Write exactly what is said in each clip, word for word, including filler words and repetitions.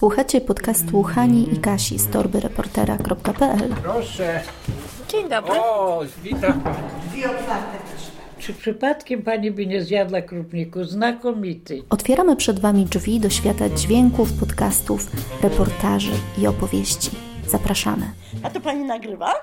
Słuchacie podcastu Hani i Kasi z torby reportera kropka pe el. Proszę. Dzień dobry. O, witam. Dwie otwarte też. Czy przypadkiem pani by nie zjadła krupniku? Znakomity. Otwieramy przed Wami drzwi do świata dźwięków, podcastów, reportaży i opowieści. Zapraszamy. A to pani nagrywa?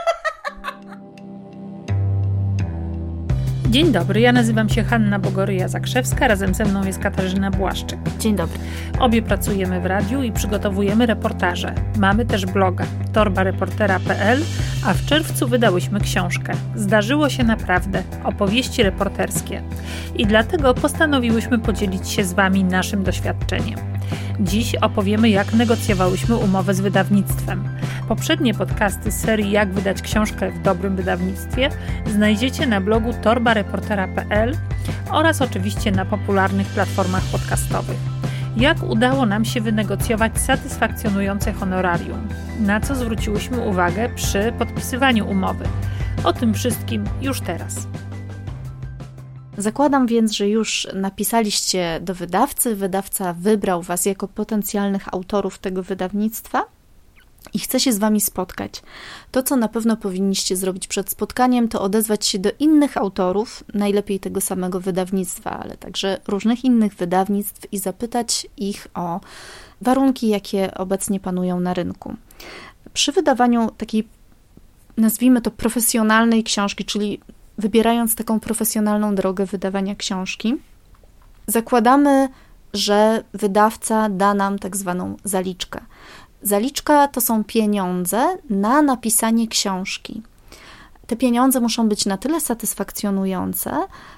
Dzień dobry, ja nazywam się Hanna Bogoryja-Zakrzewska, razem ze mną jest Katarzyna Błaszczyk. Dzień dobry. Obie pracujemy w radiu i przygotowujemy reportaże. Mamy też bloga torba reportera kropka pe el, a w czerwcu wydałyśmy książkę Zdarzyło się naprawdę. Opowieści reporterskie. I dlatego postanowiłyśmy podzielić się z Wami naszym doświadczeniem. Dziś opowiemy, jak negocjowałyśmy umowę z wydawnictwem. Poprzednie podcasty z serii Jak wydać książkę w dobrym wydawnictwie znajdziecie na blogu torba reportera kropka pe el oraz oczywiście na popularnych platformach podcastowych. Jak udało nam się wynegocjować satysfakcjonujące honorarium? Na co zwróciłyśmy uwagę przy podpisywaniu umowy? O tym wszystkim już teraz. Zakładam więc, że już napisaliście do wydawcy, wydawca wybrał Was jako potencjalnych autorów tego wydawnictwa i chce się z Wami spotkać. To, co na pewno powinniście zrobić przed spotkaniem, to odezwać się do innych autorów, najlepiej tego samego wydawnictwa, ale także różnych innych wydawnictw i zapytać ich o warunki, jakie obecnie panują na rynku. Przy wydawaniu takiej, nazwijmy to, profesjonalnej książki, czyli wybierając taką profesjonalną drogę wydawania książki, zakładamy, że wydawca da nam tak zwaną zaliczkę. Zaliczka to są pieniądze na napisanie książki. Te pieniądze muszą być na tyle satysfakcjonujące,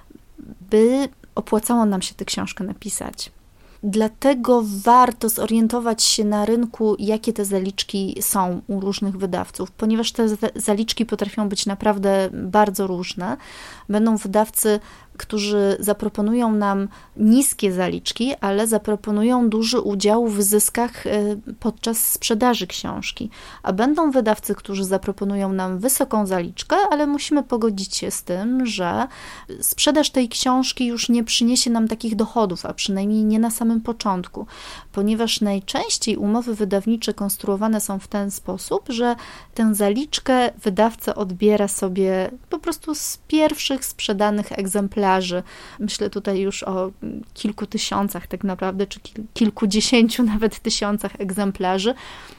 by opłacało nam się tę książkę napisać. Dlatego warto zorientować się na rynku, jakie te zaliczki są u różnych wydawców, ponieważ te zaliczki potrafią być naprawdę bardzo różne. Będą wydawcy, którzy zaproponują nam niskie zaliczki, ale zaproponują duży udział w zyskach podczas sprzedaży książki. A będą wydawcy, którzy zaproponują nam wysoką zaliczkę, ale musimy pogodzić się z tym, że sprzedaż tej książki już nie przyniesie nam takich dochodów, a przynajmniej nie na samym początku, ponieważ najczęściej umowy wydawnicze konstruowane są w ten sposób, że tę zaliczkę wydawca odbiera sobie po prostu z pierwszych sprzedanych egzemplarzy. Myślę tutaj już o kilku tysiącach tak naprawdę, czy kilkudziesięciu nawet tysiącach egzemplarzy.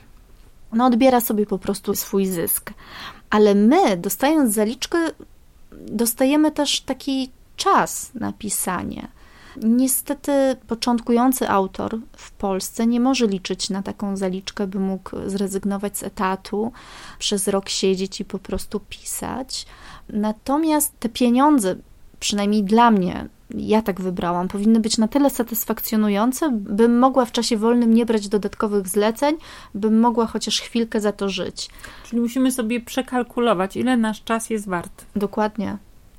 No odbiera sobie po prostu swój zysk. Ale my, dostając zaliczkę, dostajemy też taki czas na pisanie. Niestety początkujący autor w Polsce nie może liczyć na taką zaliczkę, by mógł zrezygnować z etatu, przez rok siedzieć i po prostu pisać. Natomiast te pieniądze, przynajmniej dla mnie, ja tak wybrałam, powinny być na tyle satysfakcjonujące, bym mogła w czasie wolnym nie brać dodatkowych zleceń, bym mogła chociaż chwilkę za to żyć. Czyli musimy sobie przekalkulować, ile nasz czas jest wart. Dokładnie.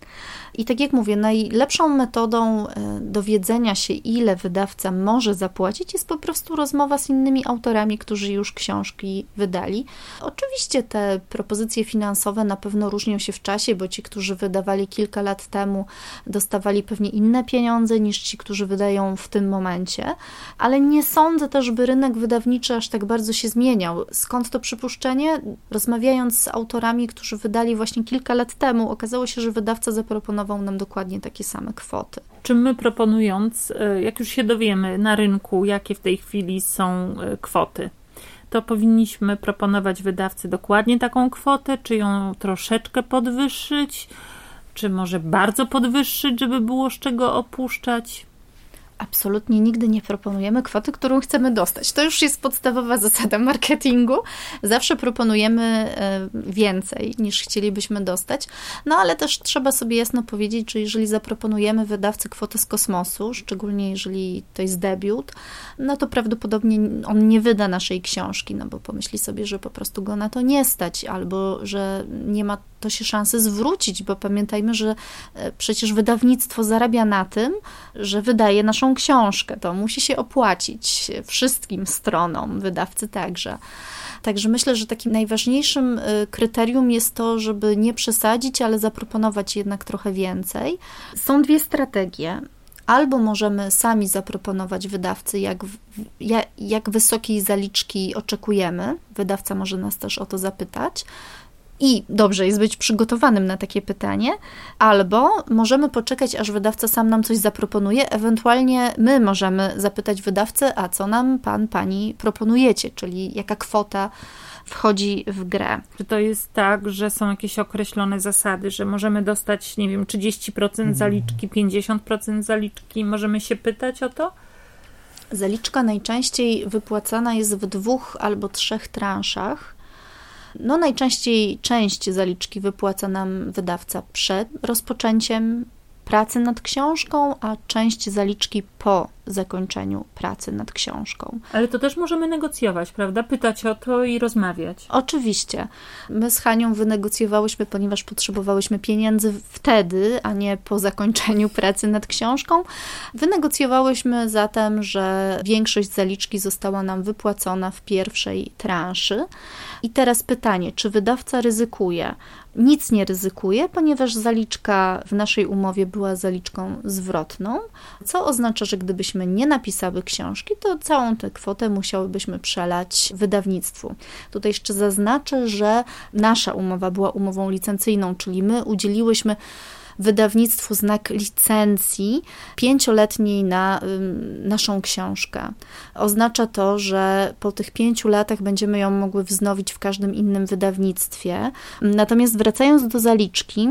I tak jak mówię, najlepszą metodą dowiedzenia się, ile wydawca może zapłacić, jest po prostu rozmowa z innymi autorami, którzy już książki wydali. Oczywiście te propozycje finansowe na pewno różnią się w czasie, bo ci, którzy wydawali kilka lat temu, dostawali pewnie inne pieniądze niż ci, którzy wydają w tym momencie, ale nie sądzę też, by rynek wydawniczy aż tak bardzo się zmieniał. Skąd to przypuszczenie? Rozmawiając z autorami, którzy wydali właśnie kilka lat temu, okazało się, że wydawca zaproponował nam dokładnie takie same kwoty. Czy my proponując, jak już się dowiemy na rynku, jakie w tej chwili są kwoty, to powinniśmy proponować wydawcy dokładnie taką kwotę, czy ją troszeczkę podwyższyć, czy może bardzo podwyższyć, żeby było z czego opuszczać? Absolutnie nigdy nie proponujemy kwoty, którą chcemy dostać. To już jest podstawowa zasada marketingu. Zawsze proponujemy więcej niż chcielibyśmy dostać, no ale też trzeba sobie jasno powiedzieć, że jeżeli zaproponujemy wydawcy kwotę z kosmosu, szczególnie jeżeli to jest debiut, no to prawdopodobnie on nie wyda naszej książki, no bo pomyśli sobie, że po prostu go na to nie stać, albo że nie ma to się szansy zwrócić, bo pamiętajmy, że przecież wydawnictwo zarabia na tym, że wydaje naszą książkę. To musi się opłacić wszystkim stronom, wydawcy także. Także myślę, że takim najważniejszym kryterium jest to, żeby nie przesadzić, ale zaproponować jednak trochę więcej. Są dwie strategie. Albo możemy sami zaproponować wydawcy, jak, jak, jak wysokiej zaliczki oczekujemy. Wydawca może nas też o to zapytać. I dobrze jest być przygotowanym na takie pytanie, albo możemy poczekać, aż wydawca sam nam coś zaproponuje, ewentualnie my możemy zapytać wydawcę, a co nam pan, pani proponujecie, czyli jaka kwota wchodzi w grę. Czy to jest tak, że są jakieś określone zasady, że możemy dostać, nie wiem, trzydzieści procent zaliczki, pięćdziesiąt procent zaliczki? Możemy się pytać o to? Zaliczka najczęściej wypłacana jest w dwóch albo trzech transzach. No najczęściej część zaliczki wypłaca nam wydawca przed rozpoczęciem pracy nad książką, a część zaliczki po zakończeniu pracy nad książką. Ale to też możemy negocjować, prawda? Pytać o to i rozmawiać. Oczywiście. My z Hanią wynegocjowałyśmy, ponieważ potrzebowałyśmy pieniędzy wtedy, a nie po zakończeniu pracy nad książką. Wynegocjowałyśmy zatem, że większość zaliczki została nam wypłacona w pierwszej transzy. I teraz pytanie, czy wydawca ryzykuje? Nic nie ryzykuje, ponieważ zaliczka w naszej umowie była zaliczką zwrotną, co oznacza, że gdybyśmy nie napisały książki, to całą tę kwotę musiałybyśmy przelać wydawnictwu. Tutaj jeszcze zaznaczę, że nasza umowa była umową licencyjną, czyli my udzieliłyśmy wydawnictwu znak licencji pięcioletniej na y, naszą książkę. Oznacza to, że po tych pięciu latach będziemy ją mogły wznowić w każdym innym wydawnictwie. Natomiast wracając do zaliczki,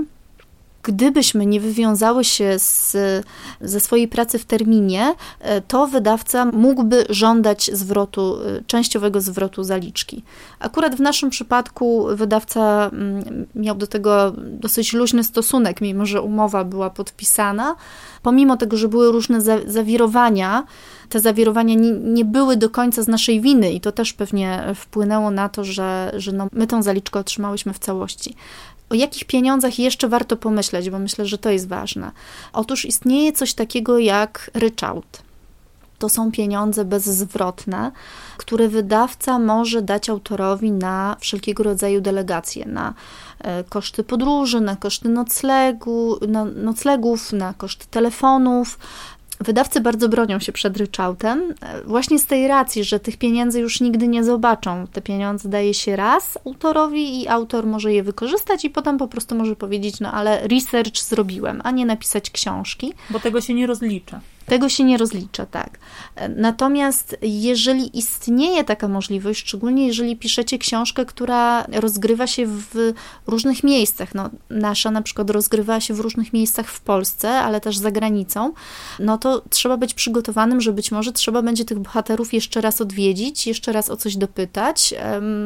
gdybyśmy nie wywiązały się z, ze swojej pracy w terminie, to wydawca mógłby żądać zwrotu, częściowego zwrotu zaliczki. Akurat w naszym przypadku wydawca miał do tego dosyć luźny stosunek, mimo że umowa była podpisana. Pomimo tego, że były różne za- zawirowania, te zawirowania nie, nie były do końca z naszej winy i to też pewnie wpłynęło na to, że, że no, my tą zaliczkę otrzymałyśmy w całości. O jakich pieniądzach jeszcze warto pomyśleć, bo myślę, że to jest ważne. Otóż istnieje coś takiego jak ryczałt. To są pieniądze bezzwrotne, które wydawca może dać autorowi na wszelkiego rodzaju delegacje, na koszty podróży, na koszty noclegu, na noclegów, na koszty telefonów. Wydawcy bardzo bronią się przed ryczałtem, właśnie z tej racji, że tych pieniędzy już nigdy nie zobaczą. Te pieniądze daje się raz autorowi i autor może je wykorzystać i potem po prostu może powiedzieć, no ale research zrobiłem, a nie napisać książki. Bo tego się nie rozlicza. Tego się nie rozlicza, tak. Natomiast jeżeli istnieje taka możliwość, szczególnie jeżeli piszecie książkę, która rozgrywa się w różnych miejscach, no nasza na przykład rozgrywała się w różnych miejscach w Polsce, ale też za granicą, no to trzeba być przygotowanym, że być może trzeba będzie tych bohaterów jeszcze raz odwiedzić, jeszcze raz o coś dopytać.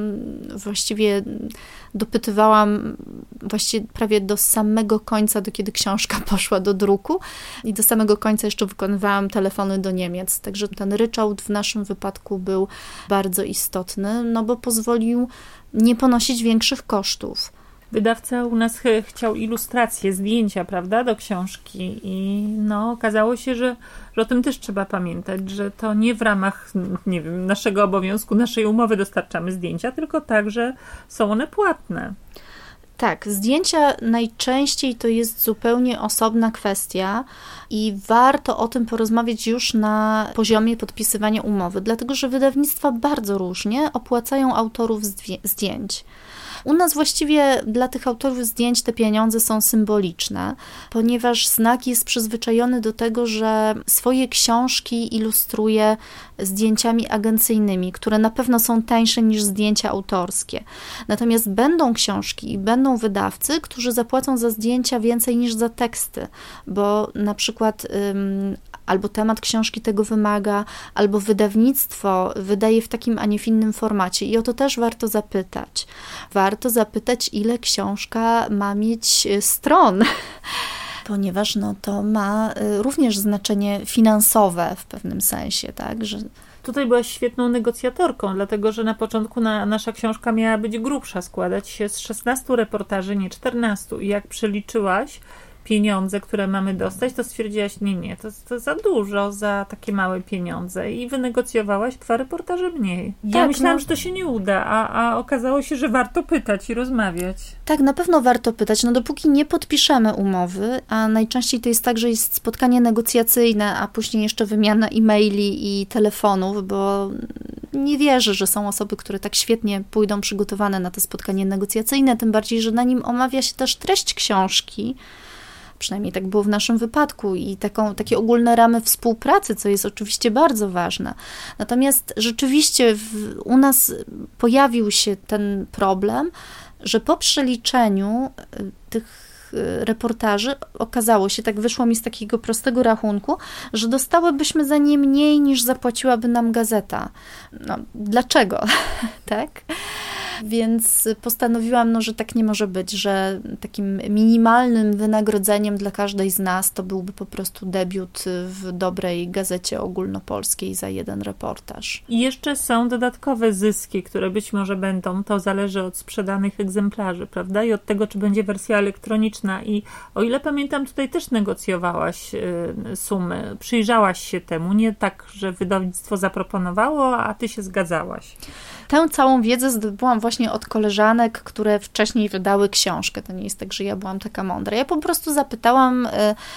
Właściwie dopytywałam właściwie prawie do samego końca, do kiedy książka poszła do druku i do samego końca jeszcze wykonywałam telefony do Niemiec, także ten ryczałt w naszym wypadku był bardzo istotny, no bo pozwolił nie ponosić większych kosztów. Wydawca u nas ch- chciał ilustracje, zdjęcia, prawda, do książki i no okazało się, że, że o tym też trzeba pamiętać, że to nie w ramach, nie wiem, naszego obowiązku, naszej umowy dostarczamy zdjęcia, tylko także są one płatne. Tak, zdjęcia najczęściej to jest zupełnie osobna kwestia i warto o tym porozmawiać już na poziomie podpisywania umowy, dlatego że wydawnictwa bardzo różnie opłacają autorów zdjęć. U nas właściwie dla tych autorów zdjęć te pieniądze są symboliczne, ponieważ Znak jest przyzwyczajony do tego, że swoje książki ilustruje zdjęciami agencyjnymi, które na pewno są tańsze niż zdjęcia autorskie. Natomiast będą książki i będą wydawcy, którzy zapłacą za zdjęcia więcej niż za teksty, bo na przykład ym, albo temat książki tego wymaga, albo wydawnictwo wydaje w takim, a nie w innym formacie. I o to też warto zapytać. Warto zapytać, ile książka ma mieć stron, ponieważ no, to ma również znaczenie finansowe w pewnym sensie, tak, że Tutaj byłaś świetną negocjatorką, dlatego że na początku na, nasza książka miała być grubsza, składać się z szesnastu reportaży, nie czternastu. I jak przeliczyłaś, pieniądze, które mamy dostać, to stwierdziłaś, nie, nie, to, to za dużo za takie małe pieniądze i wynegocjowałaś dwa reportaże mniej. Ja tak, myślałam, no, że to się nie uda, a, a okazało się, że warto pytać i rozmawiać. Tak, na pewno warto pytać. No dopóki nie podpiszemy umowy, a najczęściej to jest tak, że jest spotkanie negocjacyjne, a później jeszcze wymiana e-maili i telefonów, bo nie wierzę, że są osoby, które tak świetnie pójdą przygotowane na to spotkanie negocjacyjne, tym bardziej, że na nim omawia się też treść książki. Przynajmniej tak było w naszym wypadku i taką, takie ogólne ramy współpracy, co jest oczywiście bardzo ważne. Natomiast rzeczywiście w, u nas pojawił się ten problem, że po przeliczeniu tych reportaży okazało się, tak wyszło mi z takiego prostego rachunku, że dostałybyśmy za nie mniej niż zapłaciłaby nam gazeta. No, dlaczego? Tak? Więc postanowiłam, no, że tak nie może być, że takim minimalnym wynagrodzeniem dla każdej z nas to byłby po prostu debiut w dobrej gazecie ogólnopolskiej za jeden reportaż. I jeszcze są dodatkowe zyski, które być może będą, to zależy od sprzedanych egzemplarzy, prawda? I od tego, czy będzie wersja elektroniczna. I o ile pamiętam, tutaj też negocjowałaś y, sumy, przyjrzałaś się temu, nie tak, że wydawnictwo zaproponowało, a ty się zgadzałaś. Tę całą wiedzę zdobyłam właśnie od koleżanek, które wcześniej wydały książkę. To nie jest tak, że ja byłam taka mądra. Ja po prostu zapytałam,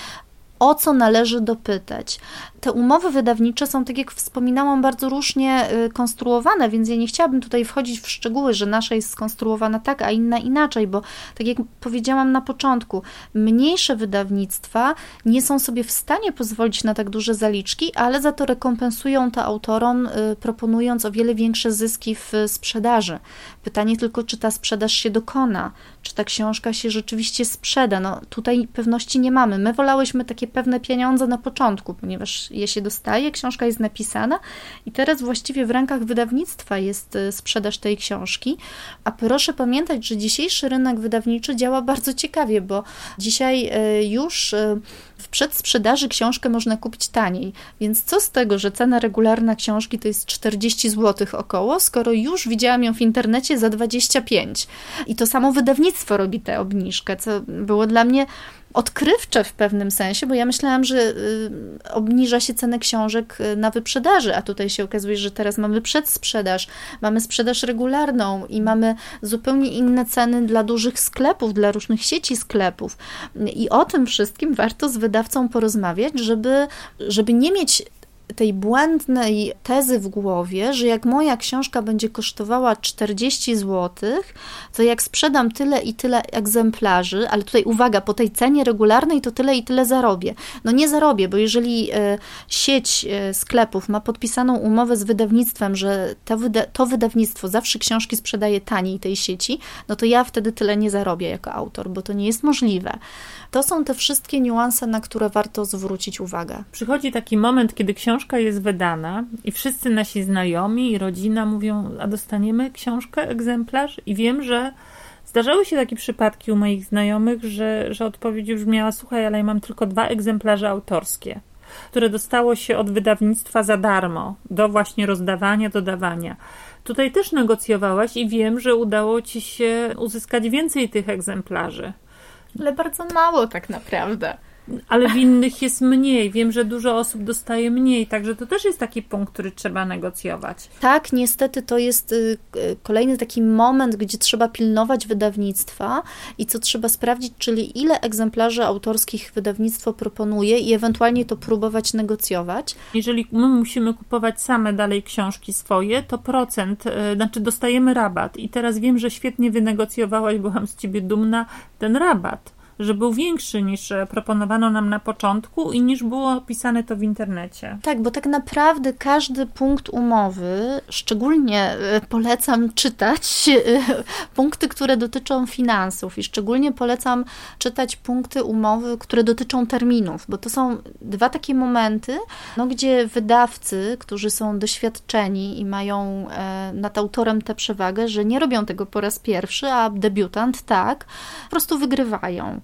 o co należy dopytać. Te umowy wydawnicze są, tak jak wspominałam, bardzo różnie konstruowane, więc ja nie chciałabym tutaj wchodzić w szczegóły, że nasza jest skonstruowana tak, a inna inaczej, bo tak jak powiedziałam na początku, mniejsze wydawnictwa nie są sobie w stanie pozwolić na tak duże zaliczki, ale za to rekompensują to autorom, proponując o wiele większe zyski w sprzedaży. Pytanie tylko, czy ta sprzedaż się dokona, czy ta książka się rzeczywiście sprzeda. No tutaj pewności nie mamy. My wolałyśmy takie pewne pieniądze na początku, ponieważ je się dostaje, książka jest napisana i teraz właściwie w rękach wydawnictwa jest sprzedaż tej książki. A proszę pamiętać, że dzisiejszy rynek wydawniczy działa bardzo ciekawie, bo dzisiaj już w przedsprzedaży książkę można kupić taniej, więc co z tego, że cena regularna książki to jest czterdzieści złotych około, skoro już widziałam ją w internecie za dwadzieścia pięć. I to samo wydawnictwo robi tę obniżkę, co było dla mnie odkrywcze w pewnym sensie, bo ja myślałam, że y, obniża się cenę książek na wyprzedaży, a tutaj się okazuje, że teraz mamy przedsprzedaż, mamy sprzedaż regularną i mamy zupełnie inne ceny dla dużych sklepów, dla różnych sieci sklepów. I o tym wszystkim warto z wydawcą porozmawiać, żeby, żeby nie mieć tej błędnej tezy w głowie, że jak moja książka będzie kosztowała czterdzieści złotych, to jak sprzedam tyle i tyle egzemplarzy, ale tutaj uwaga, po tej cenie regularnej to tyle i tyle zarobię. No nie zarobię, bo jeżeli e, sieć e, sklepów ma podpisaną umowę z wydawnictwem, że to, wyda- to wydawnictwo zawsze książki sprzedaje taniej tej sieci, no to ja wtedy tyle nie zarobię jako autor, bo to nie jest możliwe. To są te wszystkie niuanse, na które warto zwrócić uwagę. Przychodzi taki moment, kiedy książka jest wydana i wszyscy nasi znajomi i rodzina mówią, a dostaniemy książkę, egzemplarz? I wiem, że zdarzały się takie przypadki u moich znajomych, że, że odpowiedź już miała, słuchaj, ale ja mam tylko dwa egzemplarze autorskie, które dostało się od wydawnictwa za darmo, do właśnie rozdawania, dodawania. Tutaj też negocjowałaś i wiem, że udało ci się uzyskać więcej tych egzemplarzy. Ale bardzo mało tak naprawdę. Ale w innych jest mniej. Wiem, że dużo osób dostaje mniej, także to też jest taki punkt, który trzeba negocjować. Tak, niestety to jest kolejny taki moment, gdzie trzeba pilnować wydawnictwa i co trzeba sprawdzić, czyli ile egzemplarzy autorskich wydawnictwo proponuje i ewentualnie to próbować negocjować. Jeżeli my musimy kupować same dalej książki swoje, to procent, znaczy dostajemy rabat i teraz wiem, że świetnie wynegocjowałaś, byłam z ciebie dumna, ten rabat, że był większy niż proponowano nam na początku i niż było opisane to w internecie. Tak, bo tak naprawdę każdy punkt umowy, szczególnie polecam czytać punkty, które dotyczą finansów i szczególnie polecam czytać punkty umowy, które dotyczą terminów, bo to są dwa takie momenty, no, gdzie wydawcy, którzy są doświadczeni i mają nad autorem tę przewagę, że nie robią tego po raz pierwszy, a debiutant tak, po prostu wygrywają.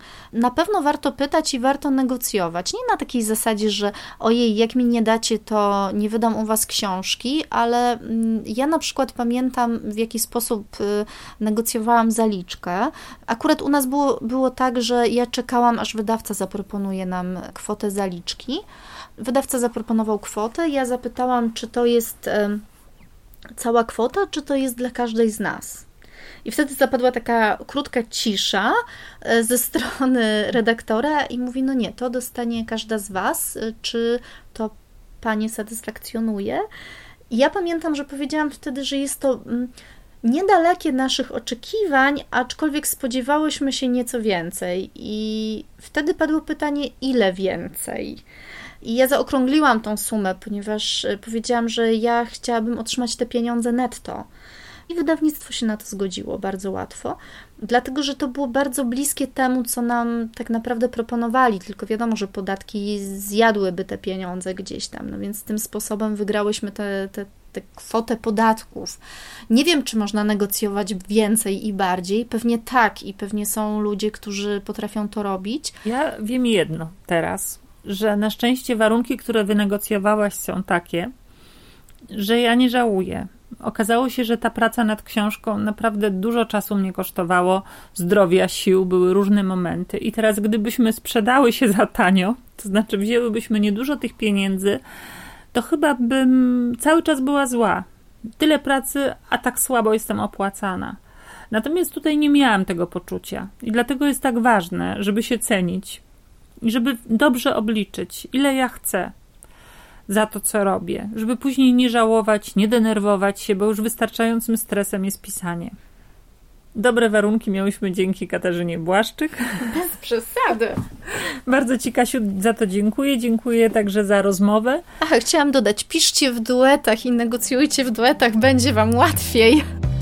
Na pewno warto pytać i warto negocjować. Nie na takiej zasadzie, że ojej, jak mi nie dacie, to nie wydam u was książki, ale ja na przykład pamiętam, w jaki sposób negocjowałam zaliczkę. Akurat u nas było, było tak, że ja czekałam, aż wydawca zaproponuje nam kwotę zaliczki. Wydawca zaproponował kwotę, ja zapytałam, czy to jest cała kwota, czy to jest dla każdej z nas. I wtedy zapadła taka krótka cisza ze strony redaktora i mówi, no nie, to dostanie każda z was, czy to Panie satysfakcjonuje? I ja pamiętam, że powiedziałam wtedy, że jest to niedalekie naszych oczekiwań, aczkolwiek spodziewałyśmy się nieco więcej. I wtedy padło pytanie, ile więcej? I ja zaokrągliłam tą sumę, ponieważ powiedziałam, że ja chciałabym otrzymać te pieniądze netto. I wydawnictwo się na to zgodziło bardzo łatwo, dlatego że to było bardzo bliskie temu, co nam tak naprawdę proponowali, tylko wiadomo, że podatki zjadłyby te pieniądze gdzieś tam, no więc tym sposobem wygrałyśmy tę te, te, te kwotę podatków. Nie wiem, czy można negocjować więcej i bardziej, pewnie tak i pewnie są ludzie, którzy potrafią to robić. Ja wiem jedno teraz, że na szczęście warunki, które wynegocjowałaś, są takie, że ja nie żałuję. Okazało się, że ta praca nad książką naprawdę dużo czasu mnie kosztowało, zdrowia, sił, były różne momenty i teraz gdybyśmy sprzedały się za tanio, to znaczy wzięłybyśmy niedużo tych pieniędzy, to chyba bym cały czas była zła. Tyle pracy, a tak słabo jestem opłacana. Natomiast tutaj nie miałam tego poczucia i dlatego jest tak ważne, żeby się cenić i żeby dobrze obliczyć, ile ja chcę za to, co robię, żeby później nie żałować, nie denerwować się, bo już wystarczającym stresem jest pisanie. Dobre warunki miałyśmy dzięki Katarzynie Błaszczyk. Bez przesady. Bardzo Ci, Kasiu, za to dziękuję. Dziękuję także za rozmowę. Ach, chciałam dodać, piszcie w duetach i negocjujcie w duetach, będzie Wam łatwiej.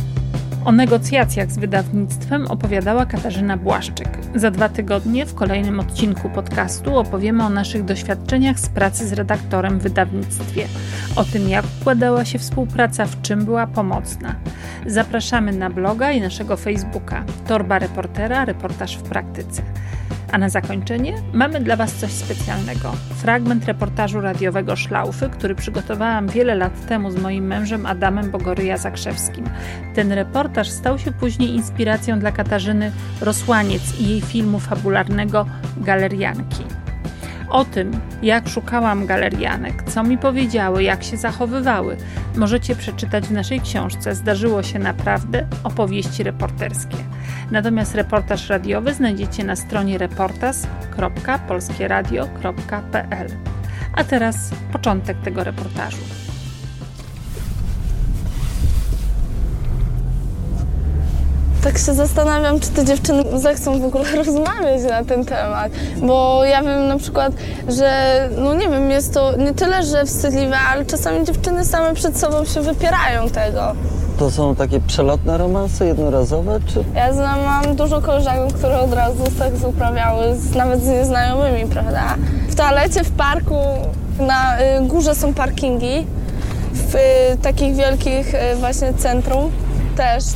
O negocjacjach z wydawnictwem opowiadała Katarzyna Błaszczyk. Za dwa tygodnie w kolejnym odcinku podcastu opowiemy o naszych doświadczeniach z pracy z redaktorem w wydawnictwie. O tym, jak układała się współpraca, w czym była pomocna. Zapraszamy na bloga i naszego Facebooka. Torba Reportera, reportaż w praktyce. A na zakończenie mamy dla Was coś specjalnego. Fragment reportażu radiowego Szlaufy, który przygotowałam wiele lat temu z moim mężem Adamem Bogoryja-Zakrzewskim. Ten reportaż stał się później inspiracją dla Katarzyny Rosłaniec i jej filmu fabularnego Galerianki. O tym, jak szukałam galerianek, co mi powiedziały, jak się zachowywały, możecie przeczytać w naszej książce Zdarzyło się naprawdę, opowieści reporterskie. Natomiast reportaż radiowy znajdziecie na stronie reportaż kropka polskieradio kropka p l. A teraz początek tego reportażu. Tak się zastanawiam, czy te dziewczyny zechcą w ogóle rozmawiać na ten temat, bo ja wiem na przykład, że no nie wiem, jest to nie tyle, że wstydliwe, ale czasami dziewczyny same przed sobą się wypierają tego. To są takie przelotne romanse, jednorazowe, czy? Ja znam, mam dużo koleżanek, które od razu seks uprawiały, z, nawet z nieznajomymi, prawda? W toalecie, w parku, na y, górze są parkingi, w y, takich wielkich y, właśnie centrum też.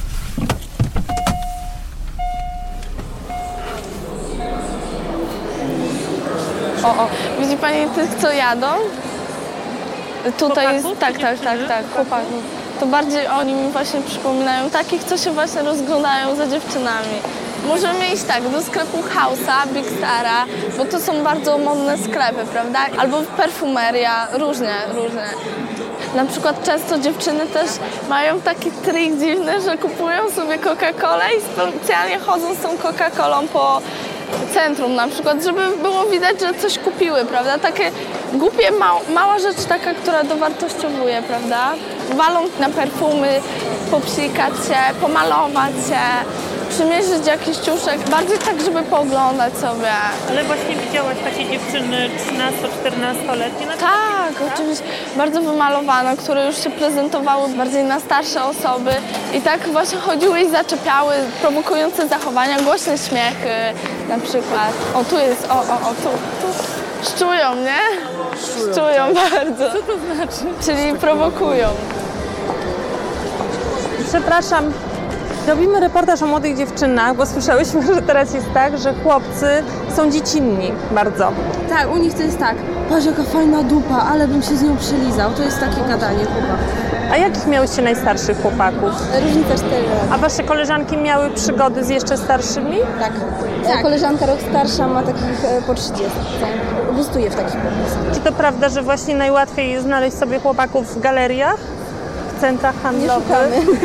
O, o, widzi Pani tych, co jadą? Tutaj Chłopaków, jest, tak, tak, tak, tak, chłopaków. To bardziej oni mi właśnie przypominają takich, co się właśnie rozglądają za dziewczynami. Możemy iść tak, do sklepu House'a, Big Stara, bo to są bardzo modne sklepy, prawda? Albo perfumeria, różnie, różnie. Na przykład często dziewczyny też mają taki trik dziwny, że kupują sobie Coca-Colę i specjalnie chodzą z tą Coca-Colą po centrum na przykład, żeby było widać, że coś kupiły, prawda? Takie głupie, mał, mała rzecz taka, która dowartościowuje, prawda? Walą na perfumy, popsikać się, pomalować się, przymierzyć jakiś ciuszek, bardziej tak, żeby pooglądać sobie. Ale właśnie widziałaś takie dziewczyny trzynasto-czternastoletnie? Na Tak, oczywiście. Bardzo wymalowane, które już się prezentowały bardziej na starsze osoby i tak właśnie chodziły i zaczepiały, prowokujące zachowania, głośne śmiechy na przykład. O, tu jest, o, o, o, tu, tu. Szczują, nie? Szczują bardzo. Co to znaczy? Czyli prowokują. Przepraszam, Robimy reportaż o młodych dziewczynach, bo słyszałyśmy, że teraz jest tak, że chłopcy są dziecinni bardzo. Tak, u nich to jest tak, patrz jaka fajna dupa, ale bym się z nią przylizał. To jest takie gadanie chłopaków. A jakich miałyście najstarszych chłopaków? Różnica cztery lat. A wasze koleżanki miały przygody z jeszcze starszymi? Tak. tak. Koleżanka rok starsza ma takich e, po trzydziestu. Gustuje w takich po prostu. Czy to prawda, że właśnie najłatwiej jest znaleźć sobie chłopaków w galeriach, w centrach handlowych? Nie szukamy.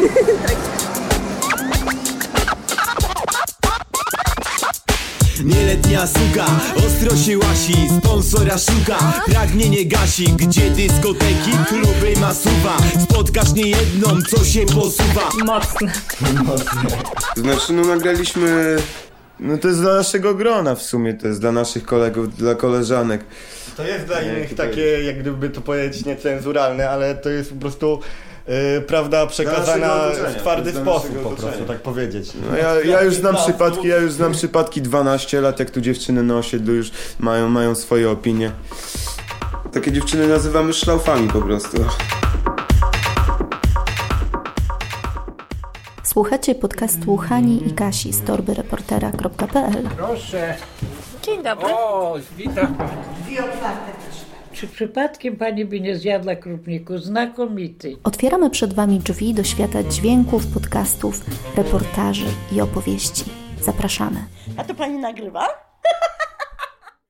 Nieletnia suka, ostro się łasi, sponsora szuka, pragnienie gasi. Gdzie dyskoteki, kluby i masuwa, spotkasz niejedną, co się posuwa. Mocne. Mocne. Znaczy no nagraliśmy, no to jest dla naszego grona w sumie, to jest dla naszych kolegów, dla koleżanek. To jest dla innych tutaj takie, jak gdyby to powiedzieć, niecenzuralne, ale to jest po prostu Yy, prawda przekazana w twardy sposób, po prostu tak powiedzieć. No ja, ja już znam przypadki, ja już znam przypadki dwanaście lat, jak tu dziewczyny na osiedlu już mają, mają swoje opinie. Takie dziewczyny nazywamy szlaufami po prostu. Słuchacie podcastu Hani i Kasi z torby reportera kropka pe el. Proszę. Dzień dobry. O, witam. Drzwi otwarte, proszę. Czy przypadkiem pani by nie zjadła krupniku? Znakomity. Otwieramy przed Wami drzwi do świata dźwięków, podcastów, reportaży i opowieści. Zapraszamy. A to pani nagrywa?